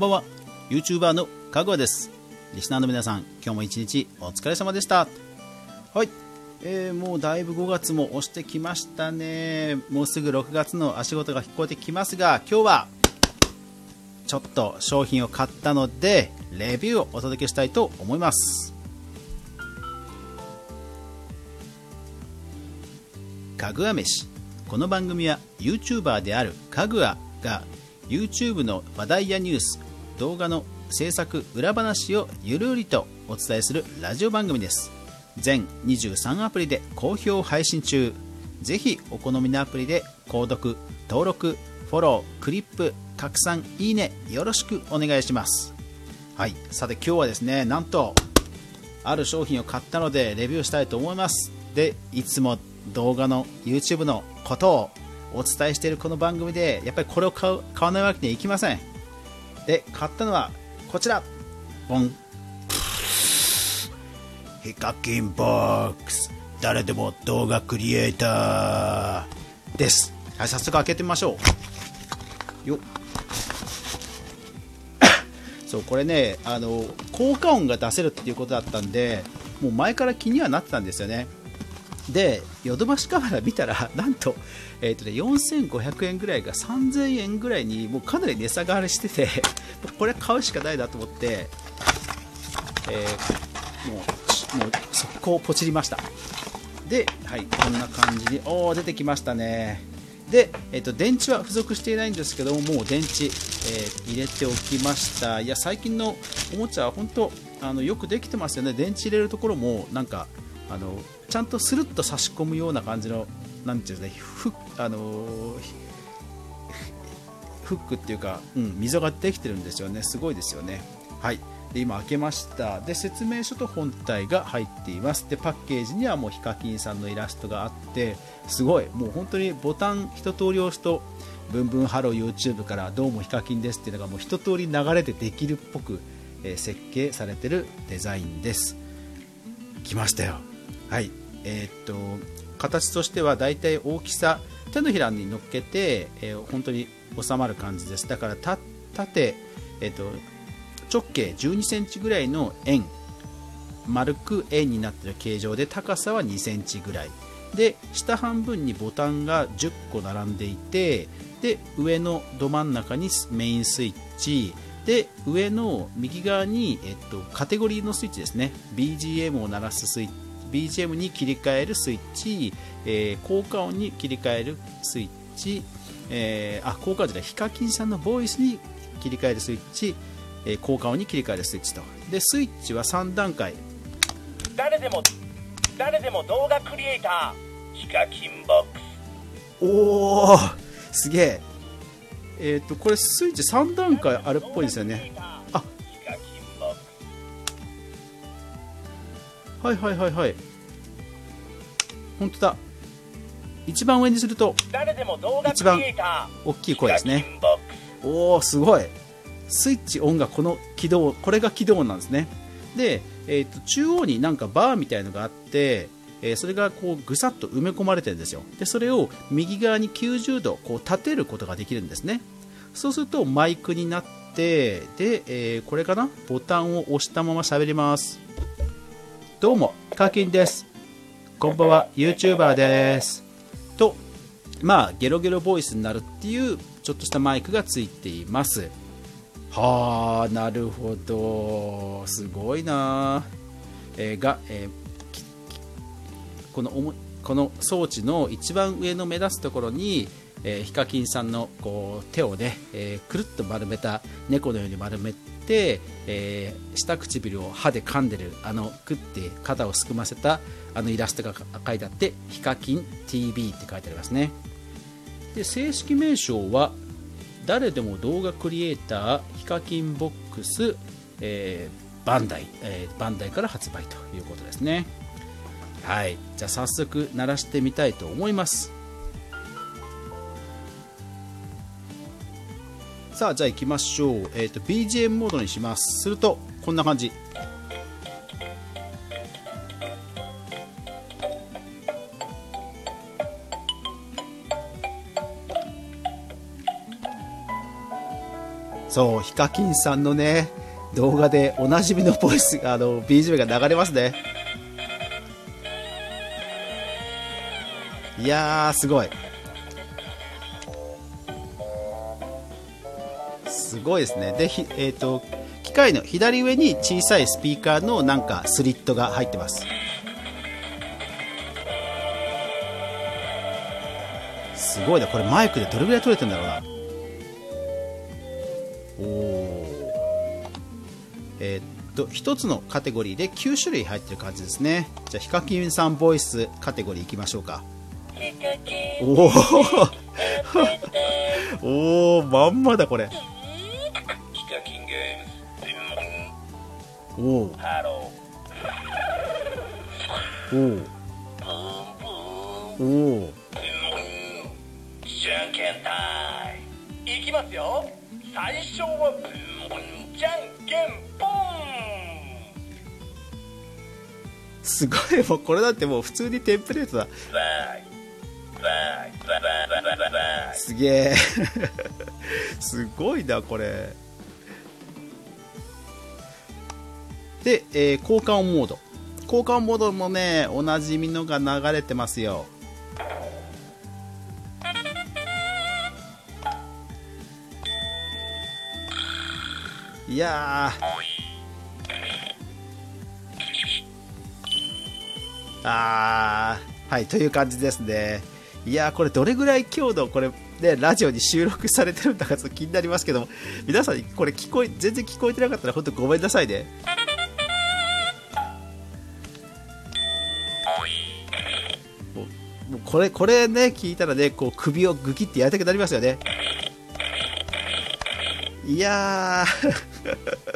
こんばんは。 YouTuber のかぐわです。リスナーの皆さん、今日も一日お疲れ様でした。はい、もうだいぶ5月も押してきましたね。もうすぐ6月の足音が聞こえてきますが、今日はちょっと商品を買ったのでレビューをお届けしたいと思います。かぐわ飯。この番組は YouTuber であるかぐわが YouTube の話題やニュース、動画の制作裏話をゆるりとお伝えするラジオ番組です。全23アプリで好評配信中。ぜひお好みのアプリで購読、登録、フォロー、クリップ、拡散、いいねよろしくお願いします。はい、さて今日はですね、なんとある商品を買ったのでレビューしたいと思います。で、いつも動画の YouTube のことをお伝えしているこの番組でやっぱりこれを買わないわけにはいきません。で、買ったのはこちら、ボン、ヒカキンボックス、誰でも動画クリエイターです。はい、早速開けてみましょうよ。そうこれね、効果音が出せるっていうことだったんで、もう前から気にはなってたんですよね。で、ヨドバシカメラ見たらなんと、4500円ぐらいが3000円ぐらいにもうかなり値下がりしててこれ買うしかないなと思って、もう速攻ポチりました。で、はい、こんな感じに出てきましたね。で、電池は付属していないんですけども、もう電池、入れておきました。いや、最近のおもちゃは本当よくできてますよね。電池入れるところもなんかちゃんとスルッと差し込むような感じの、なんていうんですか、フックっていうか、溝ができてるんですよね。すごいですよね。はい、で今開けました。で、説明書と本体が入っています。で、パッケージにはもうヒカキンさんのイラストがあって、すごい、もう本当にボタン一通り押すとブンブンハロー YouTube からどうもヒカキンですっていうのがもう一通り流れでできるっぽく、設計されてるデザインです。来ましたよ。はい、形としてはだいたい大きさ手のひらに乗っけて、本当に収まる感じです。だから縦、直径12センチぐらいの円、丸く円になっている形状で、高さは2センチぐらいで、下半分にボタンが10個並んでいて、で上のど真ん中にメインスイッチで、上の右側に、カテゴリーのスイッチですね。 BGM を鳴らすスイッチ、BGM に切り替えるスイッチ、効果音に切り替えるスイッチ、効果音じゃない、ヒカキンさんのボイスに切り替えるスイッチ、効果音に切り替えるスイッチと。で、スイッチは3段階。 誰でも動画クリエイター、ヒカキンボックス。 おー、すげえ。これスイッチ3段階あるっぽいですよね。あ、はいはいはいはい、本当だ。一番上にすると一番大きい声ですね。おー、すごい。スイッチオンがこの起動、これが起動音なんですね。で、中央になんかバーみたいのがあって、それがこうぐさっと埋め込まれてるんですよ。で、それを右側に90度こう立てることができるんですね。そうするとマイクになって、で、これかな、ボタンを押したまま喋ります。どうも、ヒカキンです。こんばんは、YouTuber ですと、まあゲロゲロボイスになるっていうちょっとしたマイクがついています。はあ、なるほど、すごいな。この装置の一番上の目立つところに、ヒカキンさんのこう手をね、くるっと丸めた、猫のように丸めて、下唇を歯で噛んでる、くって肩をすくませたイラストが書いてあって、ヒカキン TV って書いてありますね。で、正式名称は誰でも動画クリエイターヒカキンボックス、バンダイから発売ということですね。はい、じゃあ早速鳴らしてみたいと思います。さあ、じゃあ行きましょう。BGM モードにします。するとこんな感じ。 そう、ヒカキンさんのね動画でおなじみのボイスBGM が流れますね。いやーすごい、すごいですね。で機械の左上に小さいスピーカーのなんかスリットが入ってます。すごいな、これマイクでどれぐらい取れてるんだろうな。1つのカテゴリーで9種類入ってる感じですね。じゃあヒカキンさんボイスカテゴリーいきましょうか。おおお、まんまだこれ。おおおお、 じゃんけんタイムいきますよ。最初はじゃんけんぽん。 すごい、もうこれだってもう普通にテンプレートだ。すげえすごいなこれで、効果音モードもねおなじみのが流れてますよ。いやはい、という感じですね。いやー、これどれぐらい今日のこれ、ね、ラジオに収録されてるんだかちょっと気になりますけども、皆さんこれ全然聞こえてなかったら本当ごめんなさいね。もうこれね聞いたらねこう首をグキってやりたくなりますよね。いやー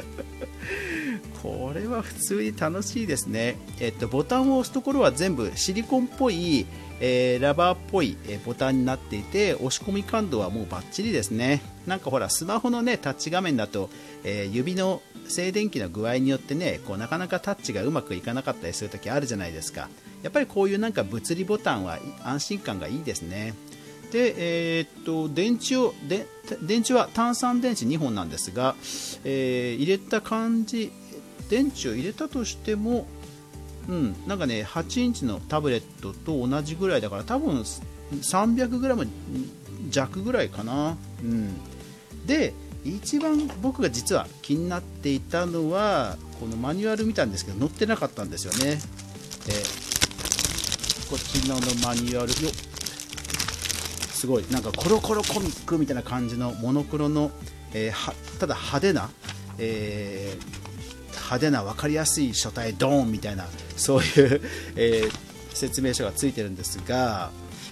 これは普通に楽しいですね。ボタンを押すところは全部シリコンっぽい、ラバーっぽい、ボタンになっていて、押し込み感度はもうバッチリですね。なんかほらスマホのねタッチ画面だと、指の静電気の具合によってねこうなかなかタッチがうまくいかなかったりするときあるじゃないですか。やっぱりこういうなんか物理ボタンは安心感がいいですね。で、電池は単3電池2本なんですが、入れた感じ、電池を入れたとしても、なんかね8インチのタブレットと同じぐらいだから多分 300g 弱ぐらいかな。で一番僕が実は気になっていたのはこのマニュアル見たんですけど載ってなかったんですよね。こちらのマニュアルよ、すごいなんかコロコロコミックみたいな感じのモノクロの、ただ派手な分かりやすい書体ドーンみたいなそういう、説明書がついてるんですが、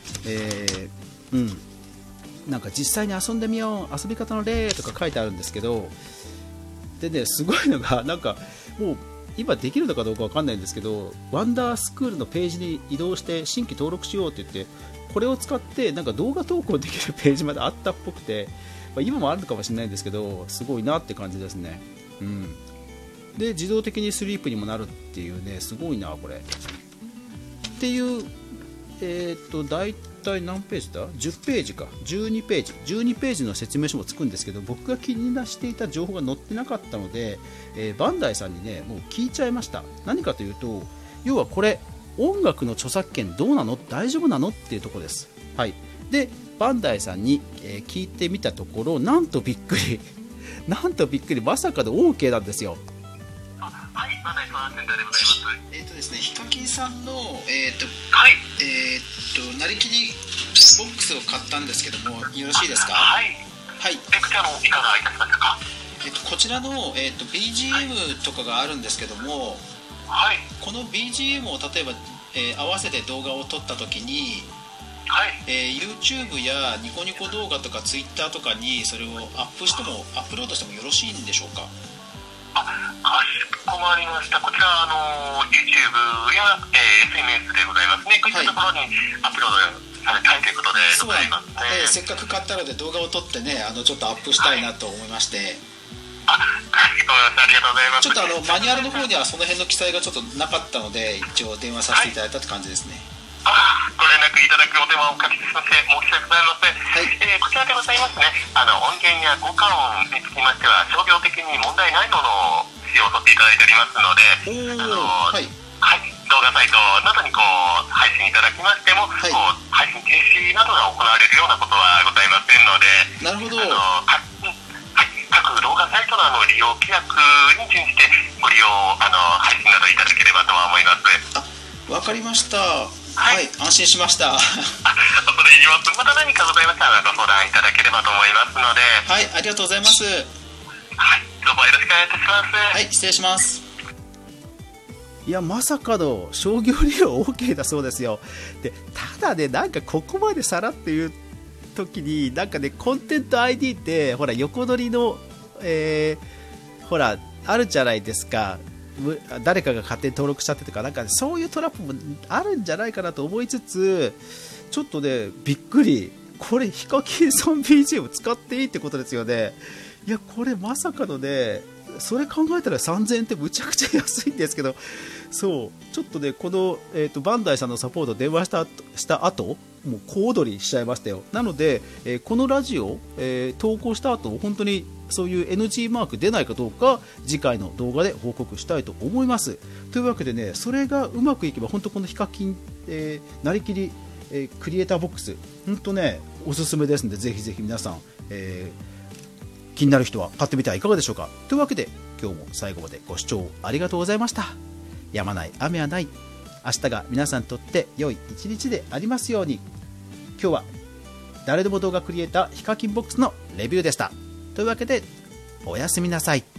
なんか実際に遊んでみよう遊び方の例とか書いてあるんですけど、でねすごいのがなんかもう今できるのかどうかわかんないんですけど、ワンダースクールのページに移動して新規登録しようって言ってこれを使ってなんか動画投稿できるページまであったっぽくて、今もあるのかもしれないんですけどすごいなって感じですね。で自動的にスリープにもなるっていうねすごいなこれっていう、だいたい何ページだ10ページか12ページの説明書もつくんですけど、僕が気にしていた情報が載ってなかったので、バンダイさんにねもう聞いちゃいました。何かというと要はこれ音楽の著作権どうなの大丈夫なのっていうところです。でバンダイさんに、聞いてみたところなんとびっくりまさかの OK なんですよ。 はい、バンダイスマートセンターでございます。 ですね、ヒカキンさんの、 はい、 なりきりボックスを買ったんですけどもよろしいですか？ はい。 こちらもいかがいたしましたか？ こちらの、BGM とかがあるんですけども、この BGM を例えば、合わせて動画を撮った時に、YouTube やニコニコ動画とか Twitter とかにそれをアップロードしてもよろしいんでしょうか？ かしこまりました。こちらYouTube や、SNS でございますね。こういったところにアップロードされたいということでございますね。 せっかく買ったので動画を撮ってねちょっとアップしたいなと思いまして、 かしこまりました。ありがとうございます。 ちょっとマニュアルの方にはその辺の記載がちょっとなかったので一応電話させていただいたって感じですね。 ご連絡いただくお電話をおかけしまして申し訳ございません。こちららでございますね、音源や効果音につきましては商業的に問題ないものを使用させていただいておりますので、はい、動画サイトなどに配信いただきましても、配信停止などが行われるようなことはございませんので、 なるほど、 各動画サイトの利用規約に準じてご利用配信などいただければとは思います。 わかりました。はい、安心しました。 恐れ入ります。また何かございましたらご相談いただければと思いますので。 はい、ありがとうございます。 はい、どうもよろしくお願いいたします。 はい、失礼します。いや、まさかの商業利用 OK だそうですよ。で、ただね、なんかここまでさらっていう時に、なんかね、コンテンツ ID ってほら横取りの、ほらあるじゃないですか。誰かが勝手に登録しちゃってとか、なんかそういうトラップもあるんじゃないかなと思いつつ、ちょっとねびっくり、これヒカキンさん BGM 使っていいってことですよね。いや、これまさかのね、それ考えたら3000円ってむちゃくちゃ安いんですけど、そうちょっとね、この、バンダイさんのサポート電話した後もう小躍りしちゃいましたよ。なので、このラジオ、投稿した後本当にそういう NG マーク出ないかどうか次回の動画で報告したいと思います。というわけでね、それがうまくいけば本当このヒカキン、なりきり、クリエイターボックス本当ねおすすめですので、ぜひぜひ皆さん、気になる人は買ってみてはいかがでしょうか。というわけで今日も最後までご視聴ありがとうございました。やまない雨はない、明日が皆さんにとって良い一日でありますように。今日は誰でも動画クリエイターヒカキンボックスのレビューでした。というわけでおやすみなさい。